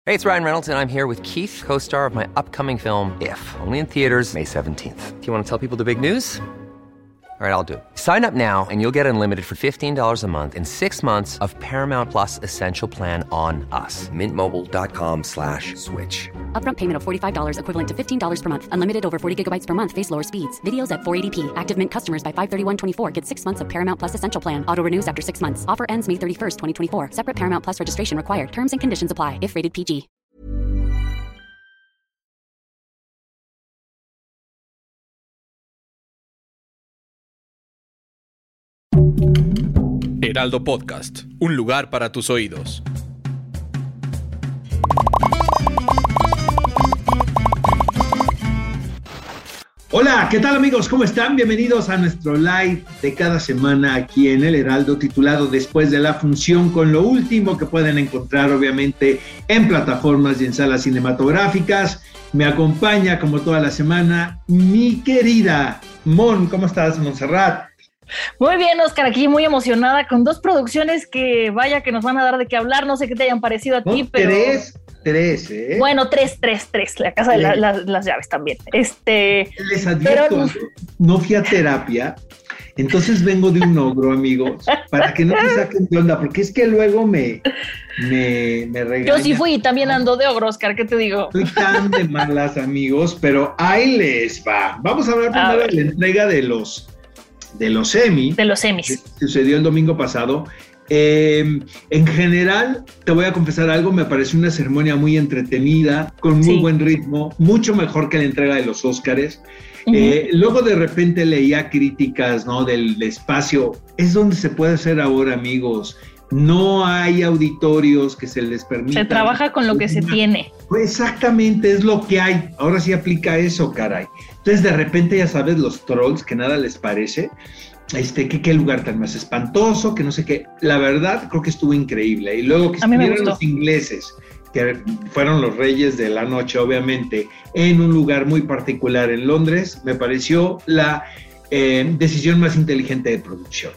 Hey, it's Ryan Reynolds, and I'm here with Keith, co-star of my upcoming film, If, only in theaters May 17th. Do you want to tell people the big news? All right, I'll do it. Sign up now and you'll get unlimited for $15 a month and 6 months of Paramount Plus Essential Plan on us. MintMobile.com/switch. Upfront payment of $45 equivalent to $15 per month. Unlimited over 40 gigabytes per month. Face lower speeds. Videos at 480p. Active Mint customers by 531.24 get 6 months of Paramount Plus Essential Plan. Auto renews after 6 months. Offer ends May 31st, 2024. Separate Paramount Plus registration required. Terms and conditions apply if rated PG. Heraldo Podcast, un lugar para tus oídos. Hola, ¿qué tal amigos? ¿Cómo están? Bienvenidos a nuestro live de cada semana aquí en El Heraldo, titulado Después de la Función, con lo último que pueden encontrar obviamente en plataformas y en salas cinematográficas. Me acompaña como toda la semana mi querida Mon. ¿Cómo estás, Montserrat? Muy bien, Oscar, aquí muy emocionada con dos producciones que vaya que nos van a dar de qué hablar. No sé qué te hayan parecido a ti, pero... Tres, ¿eh? Bueno, tres. La Casa de las Llaves también. Les advierto, no fui a terapia, entonces vengo de un ogro, amigos, para que no me saquen de onda, porque es que luego me regañan. Yo sí fui y también ando de ogro, Oscar, ¿qué te digo? Estoy tan de malas, amigos, pero ahí les va. Vamos a hablar primero de la entrega de los Emmy. De los Emmys. Que sucedió el domingo pasado. En general, te voy a confesar algo, me pareció una ceremonia muy entretenida, con muy buen ritmo, mucho mejor que la entrega de los Óscares. Luego de repente leía críticas, ¿no?, del espacio. Es donde se puede hacer ahora, amigos. No hay auditorios que se les permita. Se trabaja con lo que se tiene. Exactamente, es lo que hay. Ahora sí aplica eso, caray. Entonces, de repente, ya sabes, los trolls, que nada les parece, que qué lugar tan más espantoso, que no sé qué. La verdad, creo que estuvo increíble. Y luego que estuvieron los ingleses, que fueron los reyes de la noche, obviamente, en un lugar muy particular en Londres, me pareció la decisión más inteligente de producción.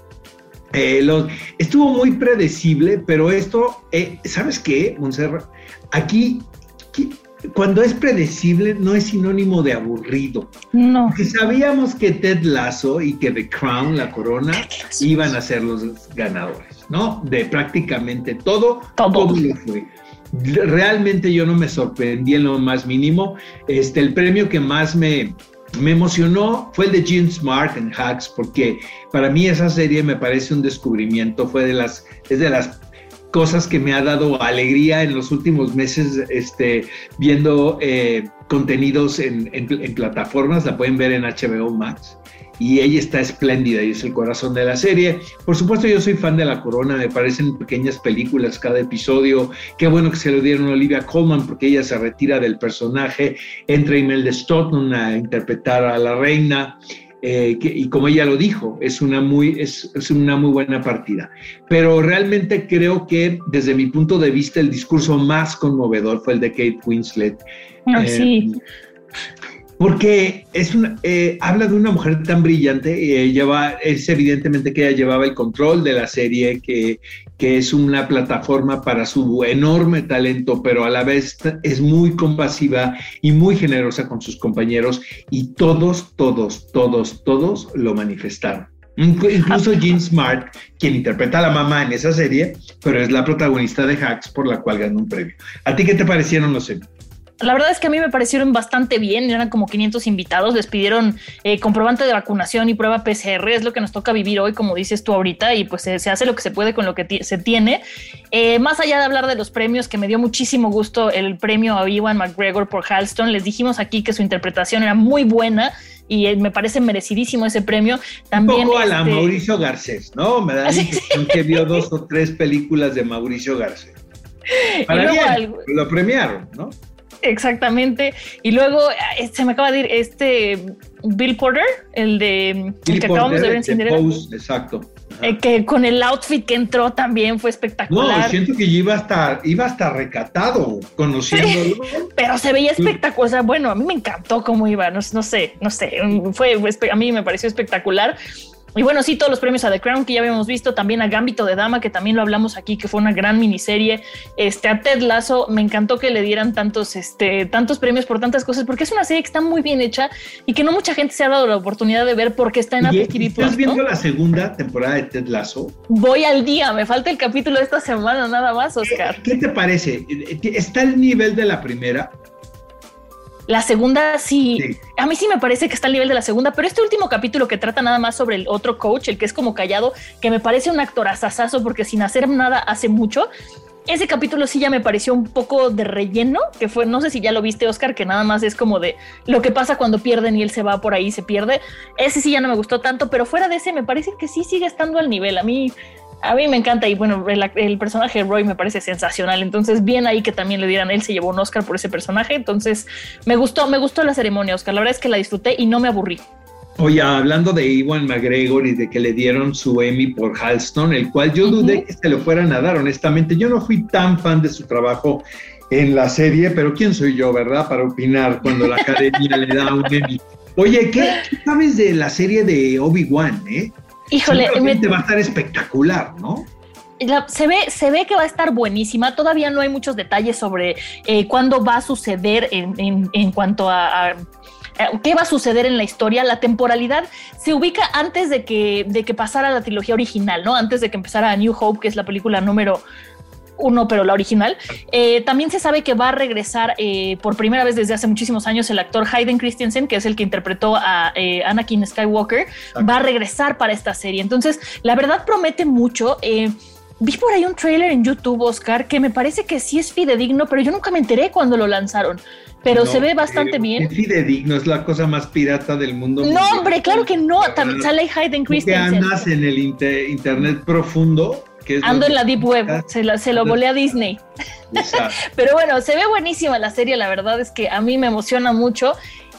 Estuvo muy predecible, pero esto, ¿sabes qué, Montserrat? Aquí, cuando es predecible, no es sinónimo de aburrido. No. Porque sabíamos que Ted Lasso y que The Crown, la corona, iban a ser los ganadores, ¿no? De prácticamente todo lo fue. Realmente yo no me sorprendí en lo más mínimo. El premio que más me emocionó fue el de Jean Smart en Hacks, porque para mí esa serie me parece un descubrimiento, es de las cosas que me ha dado alegría en los últimos meses, viendo contenidos en plataformas. La pueden ver en HBO Max y ella está espléndida y es el corazón de la serie. Por supuesto, yo soy fan de La Corona, me parecen pequeñas películas cada episodio. Qué bueno que se lo dieron a Olivia Colman, porque ella se retira del personaje, entra Imelda Staunton a interpretar a la reina. Y como ella lo dijo, es una muy buena partida. Pero realmente creo que, desde mi punto de vista, el discurso más conmovedor fue el de Kate Winslet. Sí. Porque habla de una mujer tan brillante, es evidentemente que ella llevaba el control de la serie, que es una plataforma para su enorme talento, pero a la vez es muy compasiva y muy generosa con sus compañeros, y todos lo manifestaron. Incluso Jean Smart, quien interpreta a la mamá en esa serie, pero es la protagonista de Hacks, por la cual ganó un premio. ¿A ti qué te parecieron los Emmy? La verdad es que a mí me parecieron bastante bien, eran como 500 invitados, les pidieron comprobante de vacunación y prueba PCR, es lo que nos toca vivir hoy, como dices tú ahorita, y pues se hace lo que se puede con lo que se tiene. Más allá de hablar de los premios, que me dio muchísimo gusto el premio a Ewan McGregor por Halston, les dijimos aquí que su interpretación era muy buena y me parece merecidísimo ese premio. También, un poco a la Mauricio Garcés, ¿no? Me da la impresión que vio 2 o 3 películas de Mauricio Garcés. Para bien, lo premiaron, ¿no? Exactamente. Y luego se me acaba de ir Bill Porter, el que acabamos de ver en Cinderella. Exacto. Que con el outfit que entró también fue espectacular. No, siento que iba hasta recatado, conociéndolo. Sí, pero se veía espectacular. O sea, bueno, a mí me encantó cómo iba. No sé. A mí me pareció espectacular. Y bueno, sí, todos los premios a The Crown que ya habíamos visto, también a Gambito de Dama, que también lo hablamos aquí, que fue una gran miniserie, a Ted Lasso, me encantó que le dieran tantos premios por tantas cosas, porque es una serie que está muy bien hecha y que no mucha gente se ha dado la oportunidad de ver porque está en Apple TV+. ¿Estás viendo la segunda temporada de Ted Lasso? Voy al día, me falta el capítulo de esta semana nada más, Oscar. ¿Qué te parece? ¿Está al nivel de la primera? La segunda sí, a mí sí me parece que está al nivel de la segunda, pero este último capítulo que trata nada más sobre el otro coach, el que es como callado, que me parece un actorazazazo porque sin hacer nada hace mucho, ese capítulo sí ya me pareció un poco de relleno, que fue, no sé si ya lo viste, Oscar, que nada más es como de lo que pasa cuando pierden y él se va por ahí y se pierde. Ese sí ya no me gustó tanto, pero fuera de ese me parece que sí sigue estando al nivel. A mí me encanta y bueno, el personaje de Roy me parece sensacional, entonces bien ahí que también le dieran, él se llevó un Oscar por ese personaje, entonces me gustó la ceremonia, Oscar, la verdad es que la disfruté y no me aburrí. Oye, hablando de Ewan McGregor y de que le dieron su Emmy por Halston, el cual yo dudé que se lo fueran a dar, honestamente, yo no fui tan fan de su trabajo en la serie, pero ¿quién soy yo, verdad, para opinar cuando la academia le da un Emmy? Oye, ¿qué sabes de la serie de Obi-Wan, Híjole, va a estar espectacular, ¿no? Se ve que va a estar buenísima. Todavía no hay muchos detalles sobre cuándo va a suceder en cuanto a qué va a suceder en la historia. La temporalidad se ubica antes de que pasara la trilogía original, ¿no? Antes de que empezara A New Hope, que es la película número 1, pero la original. También se sabe que va a regresar por primera vez desde hace muchísimos años el actor Hayden Christensen, que es el que interpretó a Anakin Skywalker, va a regresar para esta serie. Entonces, la verdad promete mucho. Vi por ahí un tráiler en YouTube, Oscar, que me parece que sí es fidedigno, pero yo nunca me enteré cuando lo lanzaron. Pero se ve bastante bien. Es fidedigno, es la cosa más pirata del mundo. No, hombre, claro que no. También sale Hayden Christensen. Que andas en el internet profundo. Ando en la Deep Web, se lo volé a Disney. Pero bueno, se ve buenísima la serie, la verdad es que a mí me emociona mucho.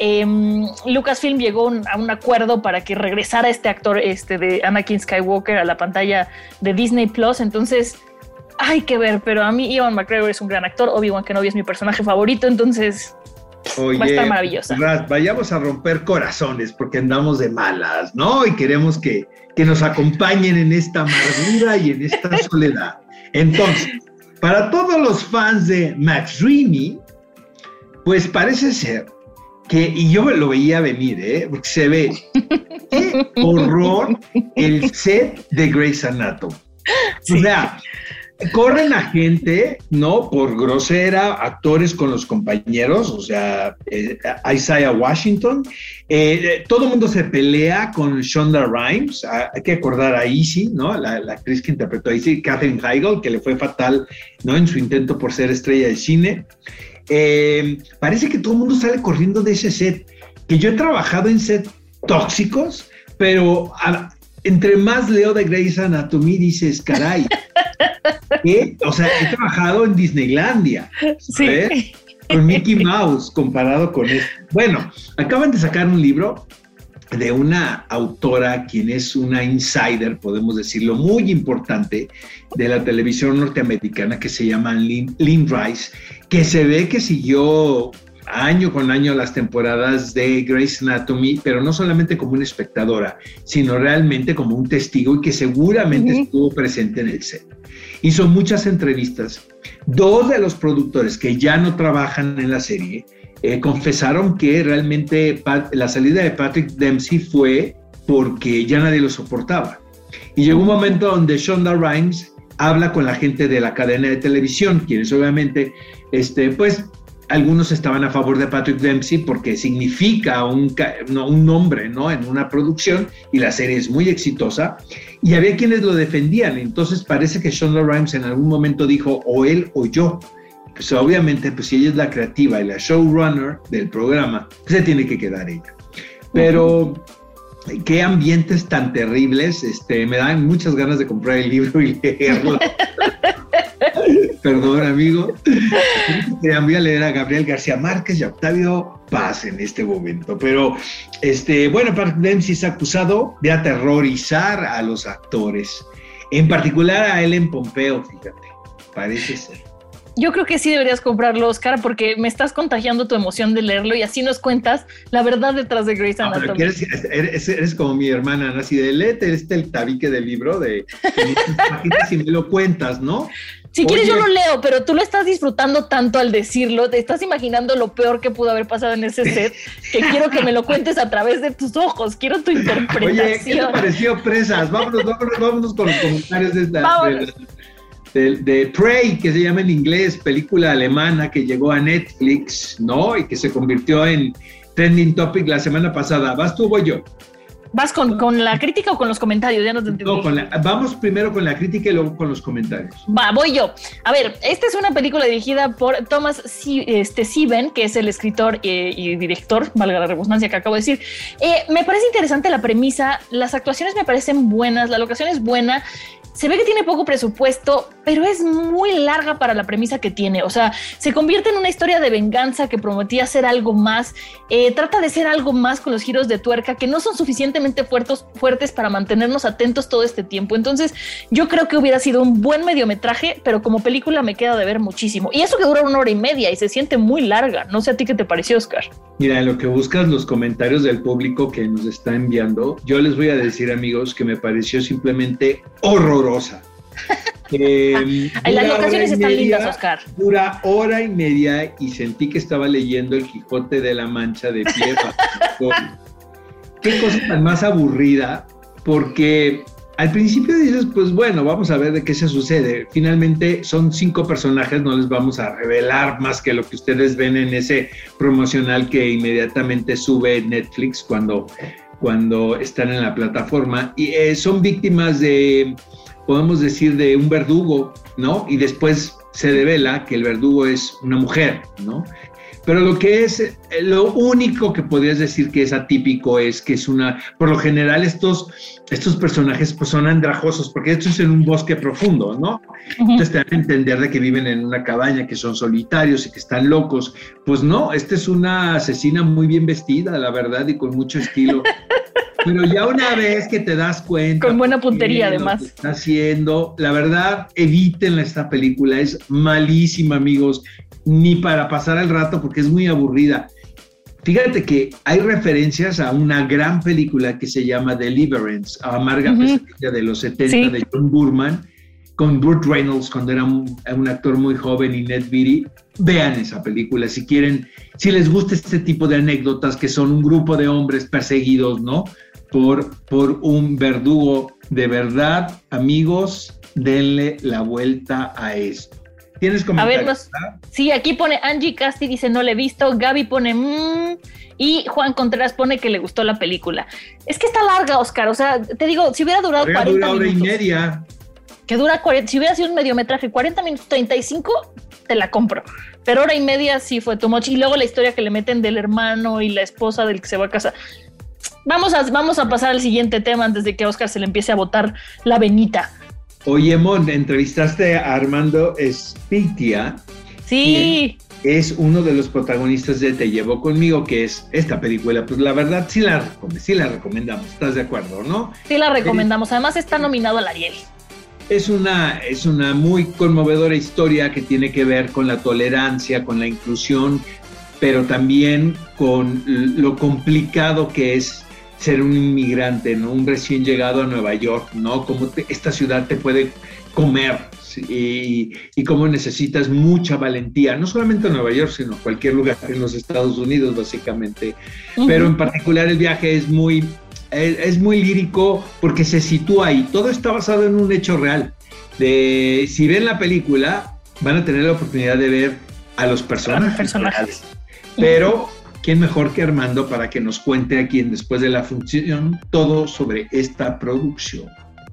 Lucasfilm llegó a un acuerdo para que regresara este actor de Anakin Skywalker a la pantalla de Disney Plus, entonces hay que ver, pero a mí Ewan McGregor es un gran actor, Obi-Wan Kenobi es mi personaje favorito, entonces va a estar maravillosa. Vayamos a romper corazones porque andamos de malas, ¿no? Y queremos que nos acompañen en esta amargura y en esta soledad. Entonces, para todos los fans de McDreamy, pues parece ser que, y yo lo veía venir, porque se ve, qué horror el set de Grey's Anatomy. Sí. O sea, corren a gente, ¿no? Por grosera, actores con los compañeros, o sea, Isaiah Washington. Todo el mundo se pelea con Shonda Rhimes. Hay que acordar a Izzy, ¿no? La actriz que interpretó a Izzy, Katherine Heigl, que le fue fatal, ¿no? En su intento por ser estrella de cine. Parece que todo el mundo sale corriendo de ese set. Que yo he trabajado en set tóxicos, pero entre más leo de Grey's Anatomy dices, caray. O sea, he trabajado en Disneylandia, ¿sabes? Sí. Con Mickey Mouse comparado con esto. Bueno, acaban de sacar un libro de una autora quien es una insider, podemos decirlo, muy importante de la televisión norteamericana, que se llama Lynn Rice, que se ve que siguió año con año las temporadas de Grey's Anatomy, pero no solamente como una espectadora, sino realmente como un testigo y que seguramente estuvo presente en el set. Hizo muchas entrevistas. Dos de los productores que ya no trabajan en la serie confesaron que realmente la salida de Patrick Dempsey fue porque ya nadie lo soportaba. Y llegó un momento donde Shonda Rhimes habla con la gente de la cadena de televisión, quienes obviamente, pues, algunos estaban a favor de Patrick Dempsey porque significa un nombre, ¿no? En una producción, y la serie es muy exitosa, y había quienes lo defendían. Entonces parece que Shonda Rhimes en algún momento dijo o él o yo. Pues obviamente, pues si ella es la creativa y la showrunner del programa, pues se tiene que quedar ella. Pero qué ambientes tan terribles, me dan muchas ganas de comprar el libro y leerlo. Perdón, amigo. Voy a leer a Gabriel García Márquez y a Octavio Paz en este momento. Pero, bueno, Patrick Dempsey es acusado de aterrorizar a los actores, en particular a Ellen Pompeo, fíjate, parece ser. Yo creo que sí deberías comprarlo, Oscar, porque me estás contagiando tu emoción de leerlo y así nos cuentas la verdad detrás de Grey's Anatomy. Pero eres como mi hermana, ¿no? Así de léete el tabique del libro de páginas y me lo cuentas, ¿no? Si quieres yo lo leo, pero tú lo estás disfrutando tanto al decirlo, te estás imaginando lo peor que pudo haber pasado en ese set, que quiero que me lo cuentes a través de tus ojos, quiero tu interpretación. Oye, ¿qué te pareció, Presas? Vámonos con los comentarios de Prey, que se llama en inglés, película alemana que llegó a Netflix, ¿no? Y que se convirtió en trending topic la semana pasada. ¿Vas tú o voy yo? ¿Vas con la crítica o con los comentarios? Ya no te entendí. No, vamos primero con la crítica y luego con los comentarios. Voy yo. A ver, esta es una película dirigida por Thomas Sieben, que es el escritor y director, valga la redundancia que acabo de decir. Me parece interesante la premisa, las actuaciones me parecen buenas, la locación es buena. Se ve que tiene poco presupuesto, pero es muy larga para la premisa que tiene. O sea, se convierte en una historia de venganza que prometía ser algo más. Trata de ser algo más con los giros de tuerca que no son suficientemente fuertes para mantenernos atentos todo este tiempo. Entonces, yo creo que hubiera sido un buen mediometraje, pero como película me queda de ver muchísimo. Y eso que dura 1 hora y media y se siente muy larga. No sé a ti qué te pareció, Oscar. Mira, en lo que buscas los comentarios del público que nos está enviando, yo les voy a decir, amigos, que me pareció simplemente horrorosa. Las locaciones están lindas, Oscar. Dura 1 hora y media y sentí que estaba leyendo El Quijote de la Mancha de pie. Qué cosa tan más aburrida, porque al principio dices, pues bueno, vamos a ver de qué se sucede. Finalmente son 5 personajes, no les vamos a revelar más que lo que ustedes ven en ese promocional que inmediatamente sube Netflix cuando están en la plataforma. Y son víctimas de, podemos decir, de un verdugo, ¿no? Y después se revela que el verdugo es una mujer, ¿no? Pero lo único que podrías decir que es atípico es que por lo general estos personajes pues son andrajosos, porque esto es en un bosque profundo, ¿no? Uh-huh. Entonces te dan a entender de que viven en una cabaña, que son solitarios y que están locos. Pues no, esta es una asesina muy bien vestida, la verdad, y con mucho estilo. Pero ya una vez que te das cuenta... Con buena puntería, además. Está haciendo, la verdad, evítenla esta película, es malísima, amigos, ni para pasar el rato porque es muy aburrida. Fíjate que hay referencias a una gran película que se llama Deliverance, Amarga Pesadilla de los 70, sí, de John Boorman, con Burt Reynolds cuando era un actor muy joven, y Ned Beatty. Vean esa película si quieren, si les gusta este tipo de anécdotas que son un grupo de hombres perseguidos, ¿no? Por un verdugo. De verdad, amigos, denle la vuelta a esto. ¿Tienes comentarios? A ver, sí, aquí pone Angie Casti, dice no la he visto, Gaby pone y Juan Contreras pone que le gustó la película. Es que está larga, Oscar, o sea, te digo, si hubiera durado 40 minutos. Hora y media. Que dura 40, si hubiera sido un mediometraje, 40 minutos, 35, te la compro. Pero 1 hora y media sí fue too much. Y luego la historia que le meten del hermano y la esposa del que se va a casar. Vamos a pasar al siguiente tema antes de que a Oscar se le empiece a botar la venita. Oye, Mon, entrevistaste a Armando Espitia. Sí. Es uno de los protagonistas de Te Llevo Conmigo, que es esta película. Pues la verdad sí la recomendamos. ¿Estás de acuerdo, no? Sí la recomendamos. Además está nominado al Ariel. Es una muy conmovedora historia que tiene que ver con la tolerancia, con la inclusión, pero también con lo complicado que es ser un inmigrante, ¿no? Un recién llegado a Nueva York, ¿no? Cómo esta ciudad te puede comer, ¿sí? Y cómo necesitas mucha valentía, no solamente en Nueva York, sino cualquier lugar en los Estados Unidos, básicamente. Uh-huh. Pero en particular el viaje es muy lírico porque se sitúa ahí. Todo está basado en un hecho real. Si ven la película, van a tener la oportunidad de ver a los personajes. Reales. Pero ¿quién mejor que Armando para que nos cuente aquí después de la función todo sobre esta producción?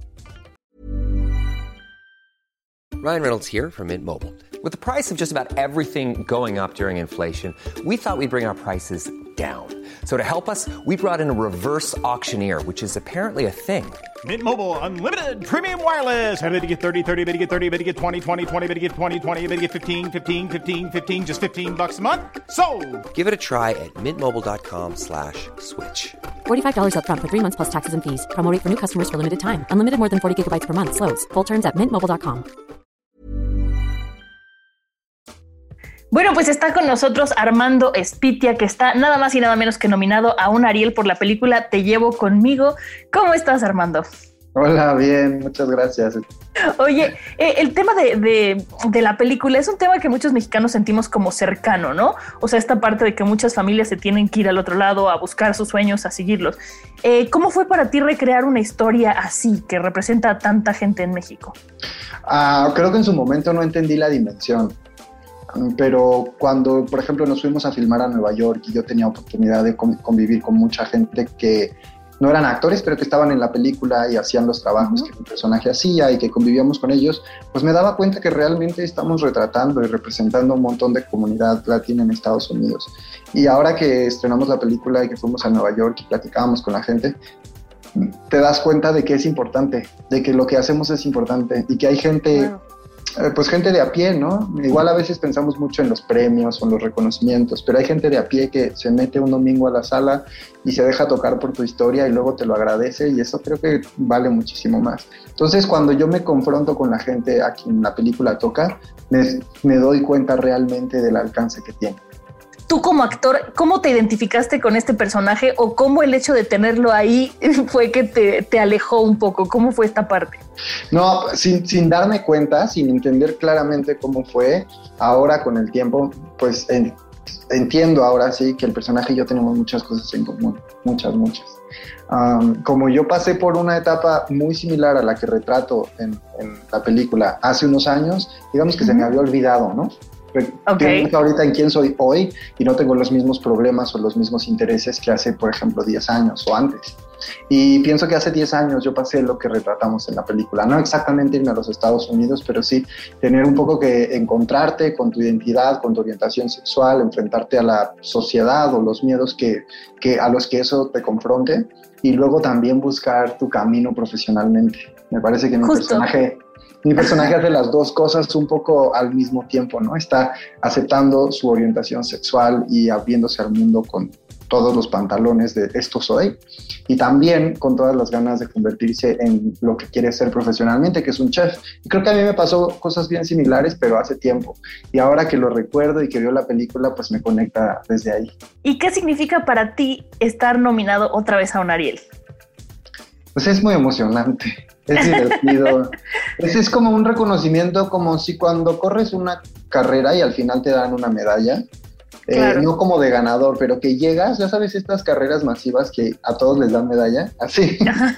Ryan Reynolds here from Mint Mobile. With the price of just about everything going up during inflation, we thought we'd bring our prices down. So to help us, we brought in a reverse auctioneer, which is apparently a thing. Mint Mobile Unlimited Premium Wireless. How to get 30, 30, how to get 30, how to get 20, 20, 20, how to get 20, 20, how to get 15, 15, 15, 15, just $15 a month? Sold! Give it a try at mintmobile.com/switch. $45 up front for 3 months plus taxes and fees. Promo rate for new customers for limited time. Unlimited more than 40 gigabytes per month. Slows full terms at mintmobile.com. Bueno, pues está con nosotros Armando Espitia, que está nada más y nada menos que nominado a un Ariel por la película Te llevo conmigo. ¿Cómo estás, Armando? Hola, bien, muchas gracias. Oye, el tema de la película es un tema que muchos mexicanos sentimos como cercano, ¿no? O sea, esta parte de que muchas familias se tienen que ir al otro lado a buscar sus sueños, a seguirlos. ¿Cómo fue para ti recrear una historia así que representa a tanta gente en México? Creo que en su momento no entendí la dimensión, pero cuando, por ejemplo, nos fuimos a filmar a Nueva York y yo tenía oportunidad de convivir con mucha gente que no eran actores, pero que estaban en la película y hacían los trabajos que mi personaje hacía y que convivíamos con ellos, pues me daba cuenta que realmente estamos retratando y representando un montón de comunidad latina en Estados Unidos. Y ahora que estrenamos la película y que fuimos a Nueva York y platicábamos con la gente, te das cuenta de que es importante, de que lo que hacemos es importante y que hay gente... Pues gente de a pie, ¿no? Igual a veces pensamos mucho en los premios o en los reconocimientos, pero hay gente de a pie que se mete un domingo a la sala y se deja tocar por tu historia y luego te lo agradece, y eso creo que vale muchísimo más. Entonces, cuando yo me confronto con la gente a quien la película toca, me doy cuenta realmente del alcance que tiene. Tú como actor, ¿cómo te identificaste con este personaje o cómo el hecho de tenerlo ahí fue que te alejó un poco? ¿Cómo fue esta parte? No, sin darme cuenta, sin entender claramente cómo fue, ahora con el tiempo, pues entiendo ahora sí que el personaje y yo tenemos muchas cosas en común, muchas. Como yo pasé por una etapa muy similar a la que retrato en la película hace unos años, digamos que se me había olvidado, ¿no? Pienso ahorita en quién soy hoy y no tengo los mismos problemas o los mismos intereses que hace, por ejemplo, 10 años o antes. Y pienso que hace 10 años yo pasé lo que retratamos en la película. No exactamente irme a los Estados Unidos, pero sí tener un poco que encontrarte con tu identidad, con tu orientación sexual, enfrentarte a la sociedad o los miedos a los que eso te confronte, y luego también buscar tu camino profesionalmente. Me parece que mi personaje hace las dos cosas un poco al mismo tiempo, ¿no? Está aceptando su orientación sexual y abriéndose al mundo con todos los pantalones de esto soy, y también con todas las ganas de convertirse en lo que quiere ser profesionalmente, que es un chef. Y creo que a mí me pasó cosas bien similares, pero hace tiempo. Y ahora que lo recuerdo y que veo la película, pues me conecta desde ahí. ¿Y qué significa para ti estar nominado otra vez a un Ariel? Pues es muy emocionante. Es divertido. Es como un reconocimiento, como si cuando corres una carrera y al final te dan una medalla, claro. No como de ganador, pero que llegas, ya sabes, estas carreras masivas que a todos les dan medalla, así.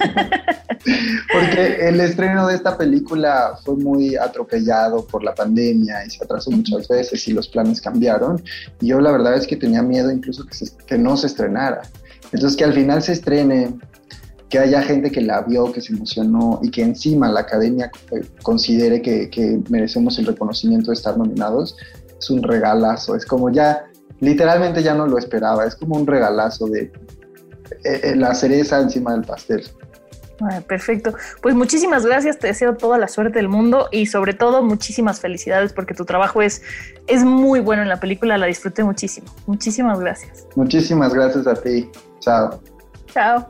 Porque el estreno de esta película fue muy atropellado por la pandemia y se atrasó muchas veces y los planes cambiaron. Y yo la verdad es que tenía miedo incluso que no se estrenara. Entonces que al final se estrene, que haya gente que la vio, que se emocionó y que encima la academia considere que merecemos el reconocimiento de estar nominados, es un regalazo. Es como ya, literalmente ya no lo esperaba, es como un regalazo de la cereza encima del pastel. Perfecto, pues muchísimas gracias, te deseo toda la suerte del mundo y sobre todo muchísimas felicidades porque tu trabajo es muy bueno en la película, la disfruté muchísimo. Muchísimas gracias. Muchísimas gracias a ti. Chao. Chao.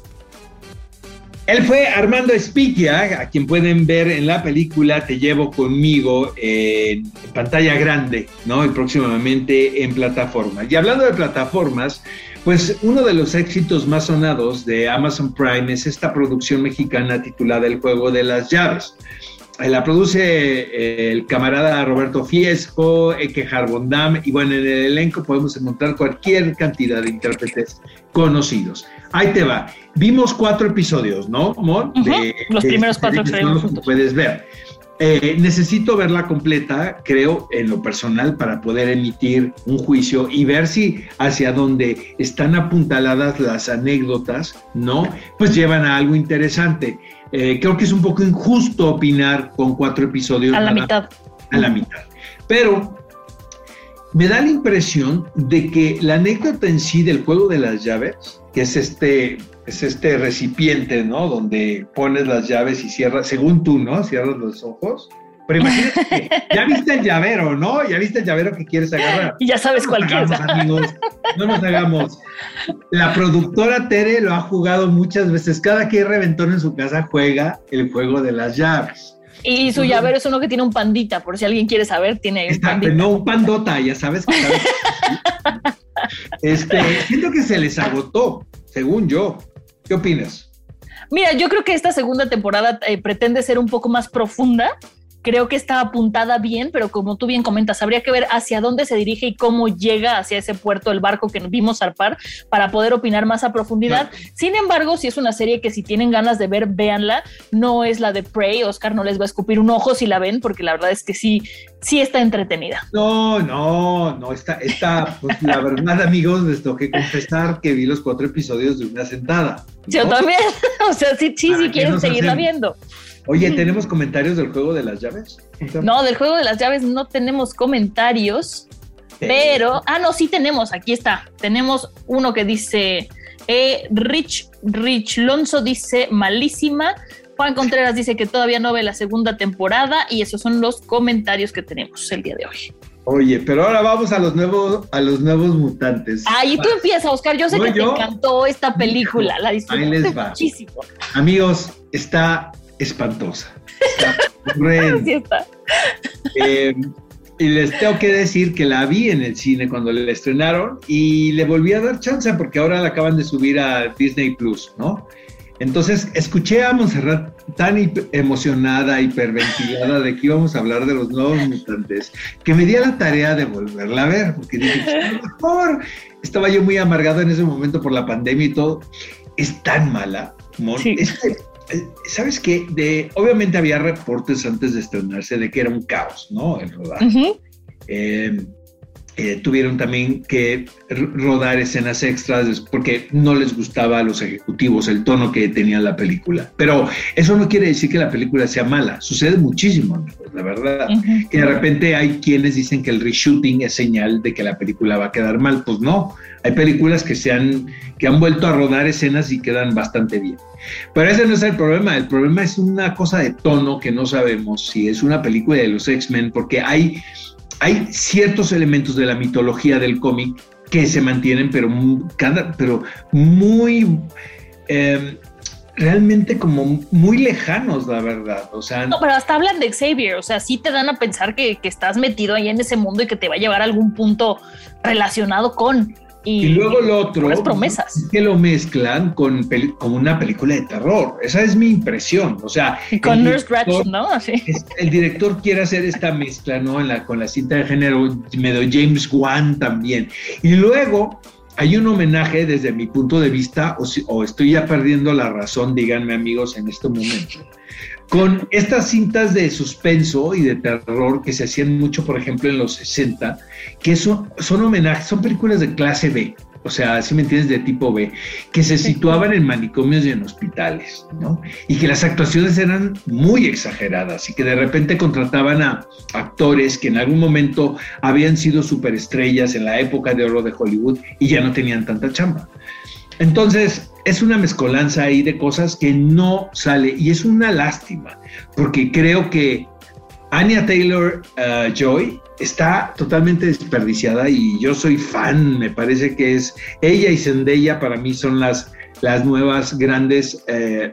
Él fue Armando Espitia, a quien pueden ver en la película Te llevo conmigo en pantalla grande, ¿no? Y próximamente en plataformas. Y hablando de plataformas, pues uno de los éxitos más sonados de Amazon Prime es esta producción mexicana titulada El Juego de las Llaves. La produce el camarada Roberto Fiesco, Eke Harbondam, y bueno, en el elenco podemos encontrar cualquier cantidad de intérpretes conocidos. Ahí te va. Vimos 4 episodios, ¿no, Mon? Los primeros 4 que vimos juntos. Puedes ver. Necesito verla completa, creo, en lo personal, para poder emitir un juicio y ver si hacia donde están apuntaladas las anécdotas, ¿no? Pues llevan a algo interesante. Creo que es un poco injusto opinar con 4 episodios. A la mitad. Pero me da la impresión de que la anécdota en sí del Juego de las Llaves, que es este recipiente, ¿no? Donde pones las llaves y cierras, según tú, ¿no? Cierras los ojos. Pero imagínate que ya viste el llavero, ¿no? Ya viste el llavero que quieres agarrar. Y ya sabes cuál quieres. Amigos, no nos hagamos. La productora Tere lo ha jugado muchas veces. Cada que hay reventón en su casa juega el Juego de las Llaves. Y su llavero es uno que tiene un pandita, por si alguien quiere saber, tiene un pandita. No, un pandota, ya sabes que siento que se les agotó, según yo. ¿Qué opinas? Mira, yo creo que esta segunda temporada pretende ser un poco más profunda. Creo que está apuntada bien, pero como tú bien comentas, habría que ver hacia dónde se dirige y cómo llega hacia ese puerto el barco que vimos zarpar para poder opinar más a profundidad. Claro. Sin embargo, si es una serie que si tienen ganas de ver, véanla. No es la de Prey. Oscar no les va a escupir un ojo si la ven, porque la verdad es que sí está entretenida. No, está, pues la verdad, amigos, les tengo que confesar que vi los 4 episodios de una sentada, ¿no? Yo también, o sea, sí quieren seguirla viendo. Oye, ¿tenemos comentarios del juego de las llaves? No, del juego de las llaves no tenemos comentarios, pero... no, sí tenemos, aquí está. Tenemos uno que dice, Rich Lonzo dice, malísima. Juan Contreras dice que todavía no ve la segunda temporada y esos son los comentarios que tenemos el día de hoy. Oye, pero ahora vamos a los nuevos mutantes. Y tú empiezas, Oscar. Yo sé que te encantó esta película, la disfrutaste muchísimo. Amigos, está espantosa. Sí está. Y les tengo que decir que la vi en el cine cuando la estrenaron y le volví a dar chance porque ahora la acaban de subir a Disney Plus, ¿no? Entonces escuché a Montserrat tan emocionada, hiperventilada de que íbamos a hablar de los nuevos mutantes, que me di a la tarea de volverla a ver, porque dije, por favor, estaba yo muy amargado en ese momento por la pandemia y todo. Es tan mala, sí. ¿Sabes qué? Obviamente había reportes antes de estrenarse de que era un caos, ¿no? El rodaje. Uh-huh. Tuvieron también que rodar escenas extras porque no les gustaba a los ejecutivos el tono que tenía la película. Pero eso no quiere decir que la película sea mala. Sucede muchísimo, amigos, la verdad. Uh-huh. Que de repente hay quienes dicen que el reshooting es señal de que la película va a quedar mal. Pues no. Hay películas que han vuelto a rodar escenas y quedan bastante bien. Pero ese no es el problema. El problema es una cosa de tono que no sabemos si es una película de los X-Men, porque hay ciertos elementos de la mitología del cómic que se mantienen, pero muy realmente como muy lejanos, la verdad. O sea, no, pero hasta hablan de Xavier, o sea, sí te dan a pensar que estás metido ahí en ese mundo y que te va a llevar a algún punto relacionado con... Y luego lo otro, las promesas. Es que lo mezclan con una película de terror. Esa es mi impresión. O sea, y con Nurse Ratched, ¿no? Así. El director quiere hacer esta mezcla, ¿no? Con la cinta de género, medio James Wan también. Y luego hay un homenaje desde mi punto de vista, o estoy ya perdiendo la razón, díganme amigos, en este momento, con estas cintas de suspenso y de terror que se hacían mucho, por ejemplo, en los 60, que son homenajes, son películas de clase B, o sea, si me entiendes, de tipo B, que se situaban en manicomios y en hospitales, ¿no? Y que las actuaciones eran muy exageradas y que de repente contrataban a actores que en algún momento habían sido superestrellas en la época de oro de Hollywood y ya no tenían tanta chamba. Entonces, es una mezcolanza ahí de cosas que no sale y es una lástima, porque creo que Anya Taylor-Joy está totalmente desperdiciada y yo soy fan, me parece que es ella y Zendaya para mí son las nuevas grandes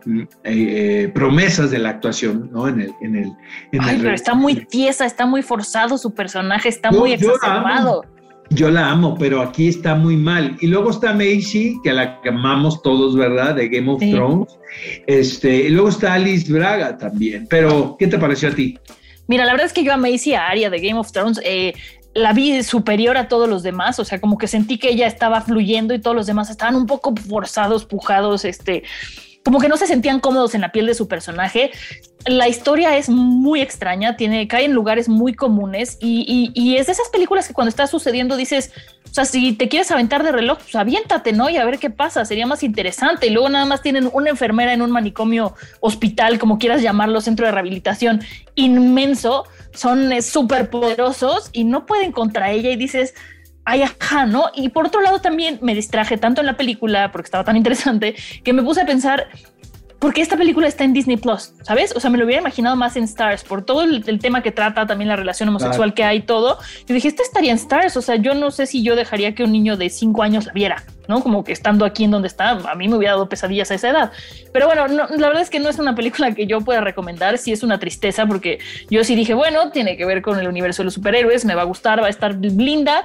promesas de la actuación, ¿no? Pero está muy tiesa, está muy forzado su personaje, está muy exacerbado. Yo la amo, pero aquí está muy mal. Y luego está Maisie, que a la que amamos todos, ¿verdad? De Game of Thrones. Y luego está Alice Braga también. Pero, ¿qué te pareció a ti? Mira, la verdad es que yo a Maisie, a Arya de Game of Thrones, la vi superior a todos los demás. O sea, como que sentí que ella estaba fluyendo y todos los demás estaban un poco forzados, pujados, como que no se sentían cómodos en la piel de su personaje. La historia es muy extraña, cae en lugares muy comunes y es de esas películas que cuando está sucediendo dices, o sea, si te quieres aventar de reloj, pues aviéntate, ¿no? Y a ver qué pasa, sería más interesante. Y luego nada más tienen una enfermera en un manicomio, hospital, como quieras llamarlo, centro de rehabilitación inmenso, son súper poderosos y no pueden contra ella y dices... Ay, ajá, ¿no? Y por otro lado también me distraje tanto en la película porque estaba tan interesante que me puse a pensar ¿por qué esta película está en Disney Plus? ¿Sabes? O sea, me lo hubiera imaginado más en Stars por todo el tema que trata, también la relación homosexual que hay, todo. Yo dije, esta estaría en Stars. O sea, yo no sé si yo dejaría que un niño de 5 años la viera. ¿no? Como que estando aquí en donde está, a mí me hubiera dado pesadillas a esa edad. Pero bueno, no, la verdad es que no es una película que yo pueda recomendar, sí es una tristeza, porque yo sí dije, bueno, tiene que ver con el universo de los superhéroes, me va a gustar, va a estar linda,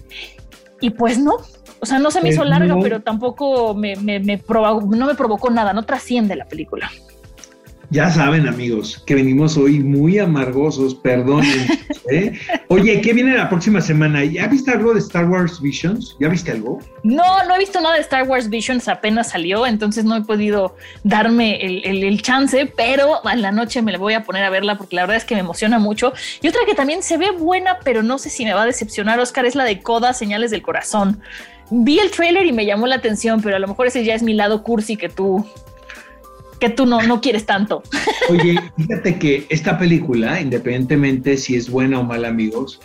y pues no. O sea, no se me hizo larga, pero tampoco no me provocó nada, no trasciende la película. Ya saben, amigos, que venimos hoy muy amargosos, perdonen. Oye, ¿qué viene la próxima semana? ¿Ya viste algo de Star Wars Visions? ¿Ya viste algo? No he visto nada de Star Wars Visions, apenas salió, entonces no he podido darme el chance, pero en la noche me la voy a poner a verla porque la verdad es que me emociona mucho. Y otra que también se ve buena, pero no sé si me va a decepcionar, Oscar, es la de Coda, Señales del Corazón. Vi el tráiler y me llamó la atención, pero a lo mejor ese ya es mi lado cursi que tú no quieres tanto. Oye, fíjate que esta película, independientemente si es buena o mala, amigos,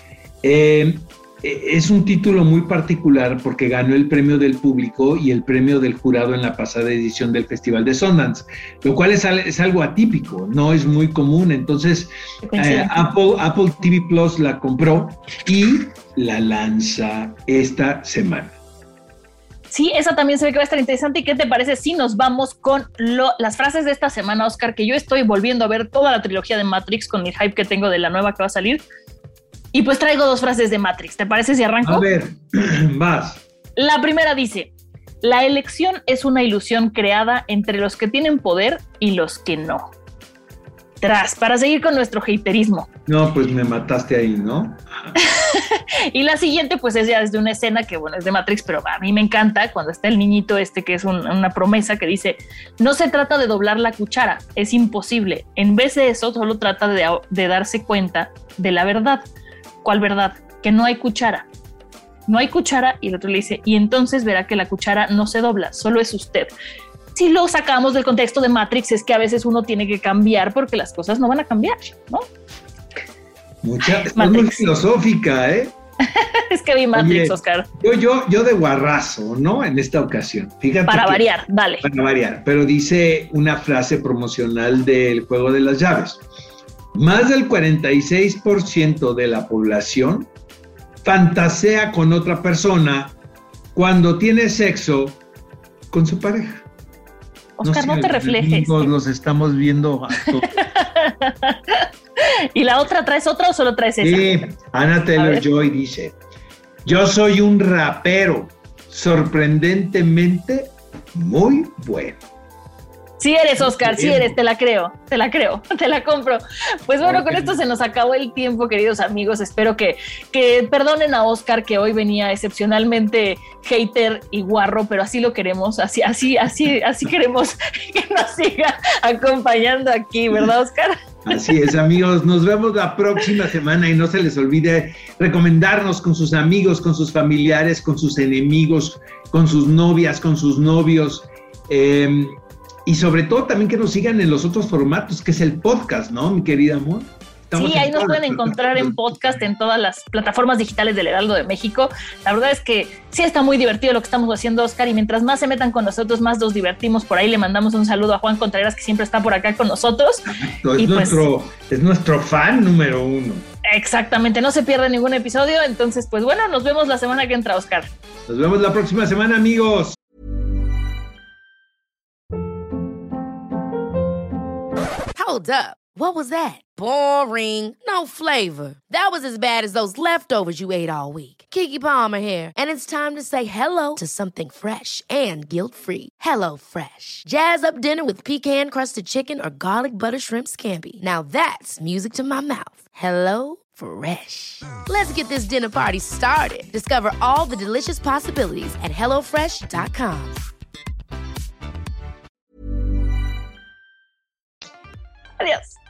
es un título muy particular porque ganó el premio del público y el premio del jurado en la pasada edición del Festival de Sundance, lo cual es algo atípico, no es muy común. Entonces, Apple TV Plus la compró y la lanza esta semana. Sí, esa también se ve que va a estar interesante. ¿Y qué te parece si nos vamos con las frases de esta semana, Oscar? Que yo estoy volviendo a ver toda la trilogía de Matrix con el hype que tengo de la nueva que va a salir. Y pues traigo 2 frases de Matrix. ¿Te parece si arranco? A ver, vas. La primera dice: la elección es una ilusión creada entre los que tienen poder y los que no. Para seguir con nuestro haterismo. No, pues me mataste ahí, ¿no? Y la siguiente, pues es ya desde una escena que, bueno, es de Matrix, pero a mí me encanta cuando está el niñito que es una promesa que dice: no se trata de doblar la cuchara, es imposible. En vez de eso, solo trata de darse cuenta de la verdad. ¿Cuál verdad? Que no hay cuchara. No hay cuchara, y el otro le dice: y entonces verá que la cuchara no se dobla, solo es usted. Si lo sacamos del contexto de Matrix, es que a veces uno tiene que cambiar porque las cosas no van a cambiar, ¿no? Es muy filosófica, ¿eh? Es que vi Matrix. Oye, Oscar. Yo de guarrazo, ¿no? En esta ocasión. Fíjate. Para variar, dale. Para variar, pero dice una frase promocional del Juego de las Llaves. Más del 46% de la población fantasea con otra persona cuando tiene sexo con su pareja. Oscar, no te reflejes. Los estamos viendo a todos. ¿Y la otra traes otra o solo traes esa? Sí, Anna Taylor-Joy dice: yo soy un rapero sorprendentemente muy bueno. Sí eres, Oscar, sí eres, te la creo, te la compro. Pues bueno, con esto se nos acabó el tiempo, queridos amigos. Espero que perdonen a Oscar, que hoy venía excepcionalmente hater y guarro, pero así lo queremos, así queremos que nos siga acompañando aquí, ¿verdad, Oscar? Así es, amigos, nos vemos la próxima semana y no se les olvide recomendarnos con sus amigos, con sus familiares, con sus enemigos, con sus novias, con sus novios, y sobre todo también que nos sigan en los otros formatos, que es el podcast, ¿no, mi querida amor? Sí, ahí nos pueden encontrar en podcast en todas las plataformas digitales del Heraldo de México. La verdad es que sí está muy divertido lo que estamos haciendo, Oscar, y mientras más se metan con nosotros, más nos divertimos. Por ahí le mandamos un saludo a Juan Contreras, que siempre está por acá con nosotros. Es nuestro fan número 1. Exactamente, no se pierde ningún episodio. Entonces, pues bueno, nos vemos la semana que entra, Oscar. Nos vemos la próxima semana, amigos. Hold up. What was that? Boring. No flavor. That was as bad as those leftovers you ate all week. Keke Palmer here, and it's time to say hello to something fresh and guilt-free. HelloFresh. Jazz up dinner with pecan-crusted chicken or garlic butter shrimp scampi. Now that's music to my mouth. HelloFresh. Let's get this dinner party started. Discover all the delicious possibilities at HelloFresh.com. Adiós.